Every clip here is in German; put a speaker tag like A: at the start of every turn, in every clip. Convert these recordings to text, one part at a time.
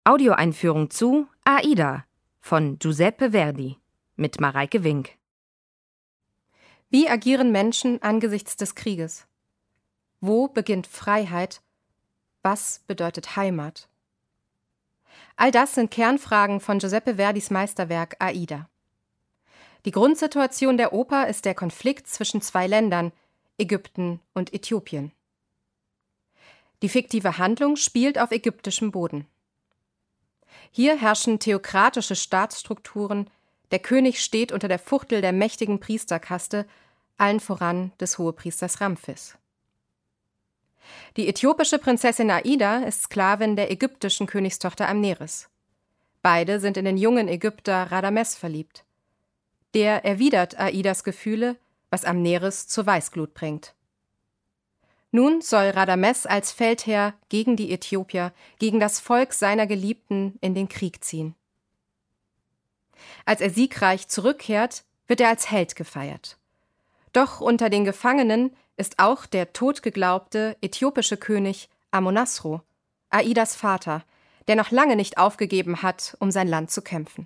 A: Audioeinführung zu Aida von Giuseppe Verdi mit Mareike Wink.
B: Wie agieren Menschen angesichts des Krieges? Wo beginnt Freiheit? Was bedeutet Heimat? All das sind Kernfragen von Giuseppe Verdis Meisterwerk Aida. Die Grundsituation der Oper ist der Konflikt zwischen zwei Ländern, Ägypten und Äthiopien. Die fiktive Handlung spielt auf ägyptischem Boden. Hier herrschen theokratische Staatsstrukturen, der König steht unter der Fuchtel der mächtigen Priesterkaste, allen voran des Hohepriesters Ramphis. Die äthiopische Prinzessin Aida ist Sklavin der ägyptischen Königstochter Amneris. Beide sind in den jungen Ägypter Radames verliebt. Der erwidert Aidas Gefühle, was Amneris zur Weißglut bringt. Nun soll Radames als Feldherr gegen die Äthiopier, gegen das Volk seiner Geliebten in den Krieg ziehen. Als er siegreich zurückkehrt, wird er als Held gefeiert. Doch unter den Gefangenen ist auch der totgeglaubte äthiopische König Amonasro, Aidas Vater, der noch lange nicht aufgegeben hat, um sein Land zu kämpfen.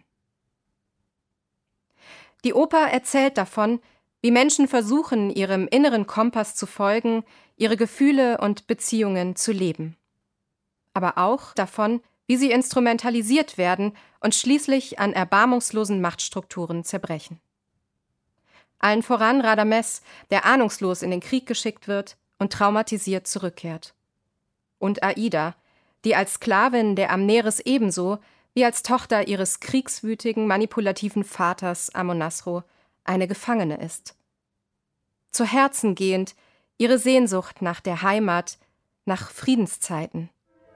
B: Die Oper erzählt davon, wie Menschen versuchen, ihrem inneren Kompass zu folgen, ihre Gefühle und Beziehungen zu leben. Aber auch davon, wie sie instrumentalisiert werden und schließlich an erbarmungslosen Machtstrukturen zerbrechen. Allen voran Radames, der ahnungslos in den Krieg geschickt wird und traumatisiert zurückkehrt. Und Aida, die als Sklavin der Amneris ebenso wie als Tochter ihres kriegswütigen, manipulativen Vaters Amonasro eine Gefangene ist. Zu Herzen gehend ihre Sehnsucht nach der Heimat, nach Friedenszeiten.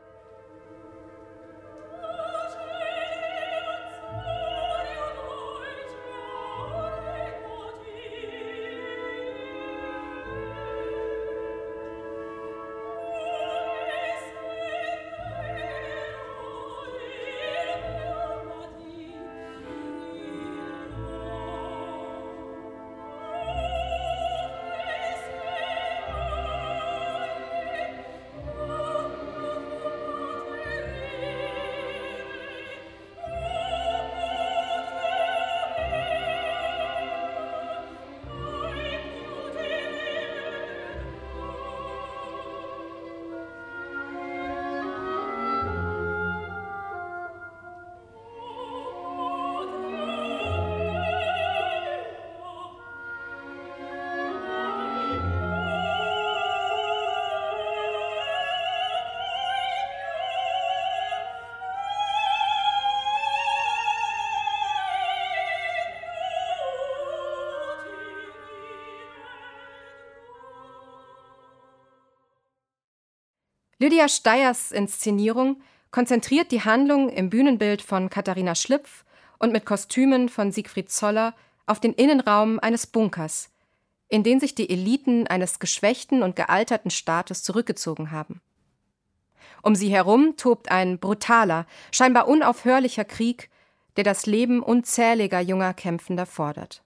B: Lydia Steyers Inszenierung konzentriert die Handlung im Bühnenbild von Katharina Schlipf und mit Kostümen von Siegfried Zoller auf den Innenraum eines Bunkers, in den sich die Eliten eines geschwächten und gealterten Staates zurückgezogen haben. Um sie herum tobt ein brutaler, scheinbar unaufhörlicher Krieg, der das Leben unzähliger junger Kämpfender fordert.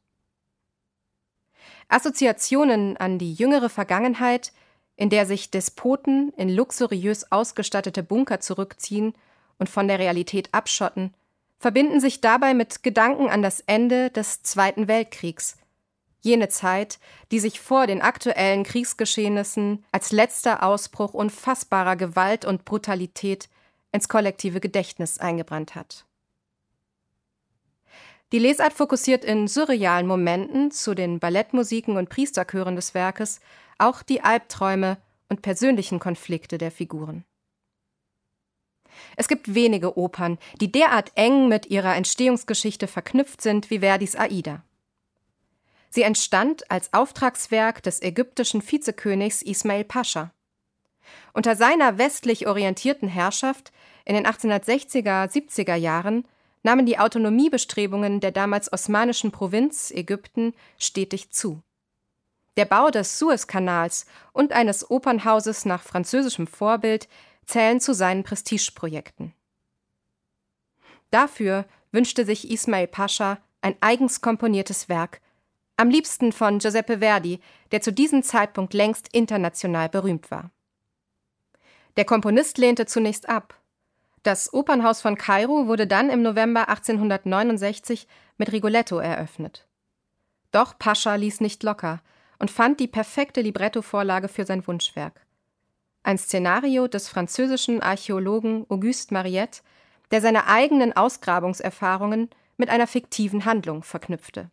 B: Assoziationen an die jüngere Vergangenheit, in der sich Despoten in luxuriös ausgestattete Bunker zurückziehen und von der Realität abschotten, verbinden sich dabei mit Gedanken an das Ende des Zweiten Weltkriegs, jene Zeit, die sich vor den aktuellen Kriegsgeschehnissen als letzter Ausbruch unfassbarer Gewalt und Brutalität ins kollektive Gedächtnis eingebrannt hat. Die Lesart fokussiert in surrealen Momenten zu den Ballettmusiken und Priesterchören des Werkes auch die Albträume und persönlichen Konflikte der Figuren. Es gibt wenige Opern, die derart eng mit ihrer Entstehungsgeschichte verknüpft sind wie Verdis Aida. Sie entstand als Auftragswerk des ägyptischen Vizekönigs Ismail Pascha. Unter seiner westlich orientierten Herrschaft in den 1860er, 70er Jahren nahmen die Autonomiebestrebungen der damals osmanischen Provinz Ägypten stetig zu. Der Bau des Suezkanals und eines Opernhauses nach französischem Vorbild zählen zu seinen Prestigeprojekten. Dafür wünschte sich Ismail Pascha ein eigens komponiertes Werk, am liebsten von Giuseppe Verdi, der zu diesem Zeitpunkt längst international berühmt war. Der Komponist lehnte zunächst ab. Das Opernhaus von Kairo wurde dann im November 1869 mit Rigoletto eröffnet. Doch Pascha ließ nicht locker und fand die perfekte Librettovorlage für sein Wunschwerk. Ein Szenario des französischen Archäologen Auguste Mariette, der seine eigenen Ausgrabungserfahrungen mit einer fiktiven Handlung verknüpfte.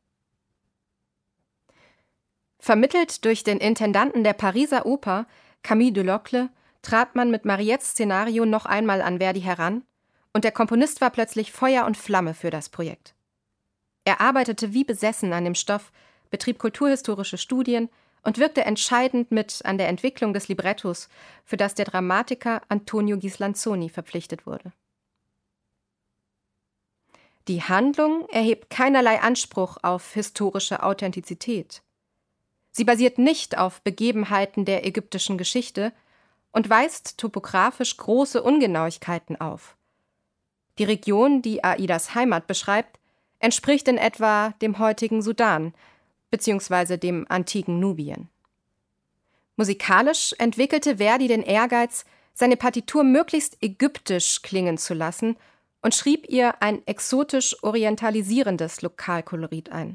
B: Vermittelt durch den Intendanten der Pariser Oper, Camille Delocle, trat man mit Mariettes Szenario noch einmal an Verdi heran und der Komponist war plötzlich Feuer und Flamme für das Projekt. Er arbeitete wie besessen an dem Stoff, betrieb kulturhistorische Studien und wirkte entscheidend mit an der Entwicklung des Librettos, für das der Dramatiker Antonio Ghislanzoni verpflichtet wurde. Die Handlung erhebt keinerlei Anspruch auf historische Authentizität. Sie basiert nicht auf Begebenheiten der ägyptischen Geschichte und weist topografisch große Ungenauigkeiten auf. Die Region, die Aidas Heimat beschreibt, entspricht in etwa dem heutigen Sudan bzw. dem antiken Nubien. Musikalisch entwickelte Verdi den Ehrgeiz, seine Partitur möglichst ägyptisch klingen zu lassen und schrieb ihr ein exotisch orientalisierendes Lokalkolorit ein.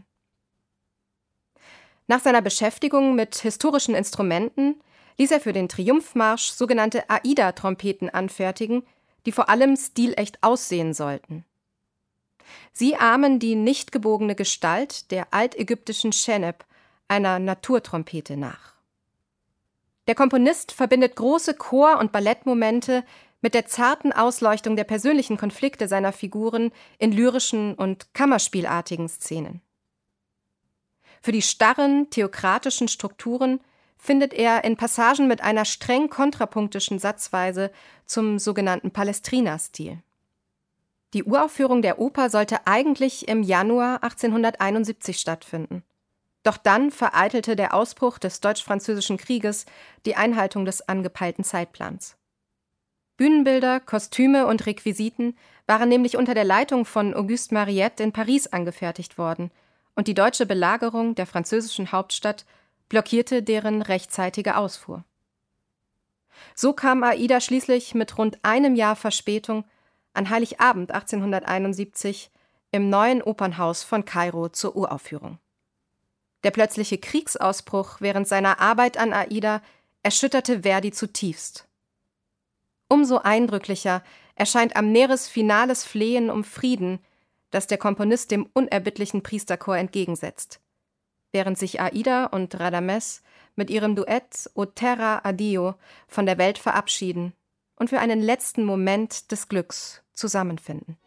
B: Nach seiner Beschäftigung mit historischen Instrumenten ließ er für den Triumphmarsch sogenannte Aida-Trompeten anfertigen, die vor allem stilecht aussehen sollten. Sie ahmen die nicht gebogene Gestalt der altägyptischen Sheneb, einer Naturtrompete, nach. Der Komponist verbindet große Chor- und Ballettmomente mit der zarten Ausleuchtung der persönlichen Konflikte seiner Figuren in lyrischen und kammerspielartigen Szenen. Für die starren, theokratischen Strukturen findet er in Passagen mit einer streng kontrapunktischen Satzweise zum sogenannten Palestrina-Stil. Die Uraufführung der Oper sollte eigentlich im Januar 1871 stattfinden. Doch dann vereitelte der Ausbruch des Deutsch-Französischen Krieges die Einhaltung des angepeilten Zeitplans. Bühnenbilder, Kostüme und Requisiten waren nämlich unter der Leitung von Auguste Mariette in Paris angefertigt worden und die deutsche Belagerung der französischen Hauptstadt blockierte deren rechtzeitige Ausfuhr. So kam Aida schließlich mit rund einem Jahr Verspätung an Heiligabend 1871 im neuen Opernhaus von Kairo zur Uraufführung. Der plötzliche Kriegsausbruch während seiner Arbeit an Aida erschütterte Verdi zutiefst. Umso eindrücklicher erscheint Amneris finales Flehen um Frieden, das der Komponist dem unerbittlichen Priesterchor entgegensetzt, während sich Aida und Radames mit ihrem Duett O Terra Addio von der Welt verabschieden und für einen letzten Moment des Glücks zusammenfinden.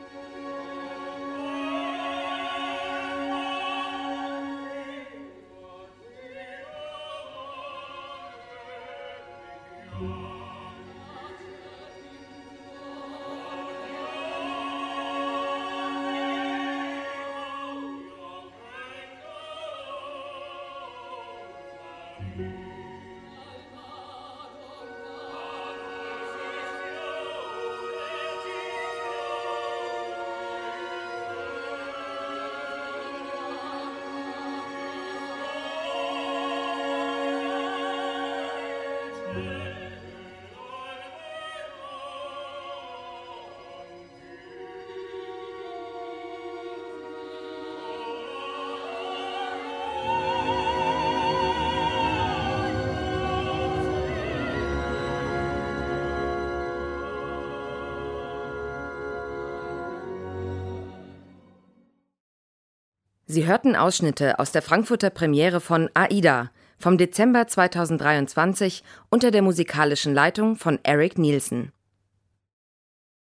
A: Sie hörten Ausschnitte aus der Frankfurter Premiere von Aida vom Dezember 2023 unter der musikalischen Leitung von Eric Nielsen.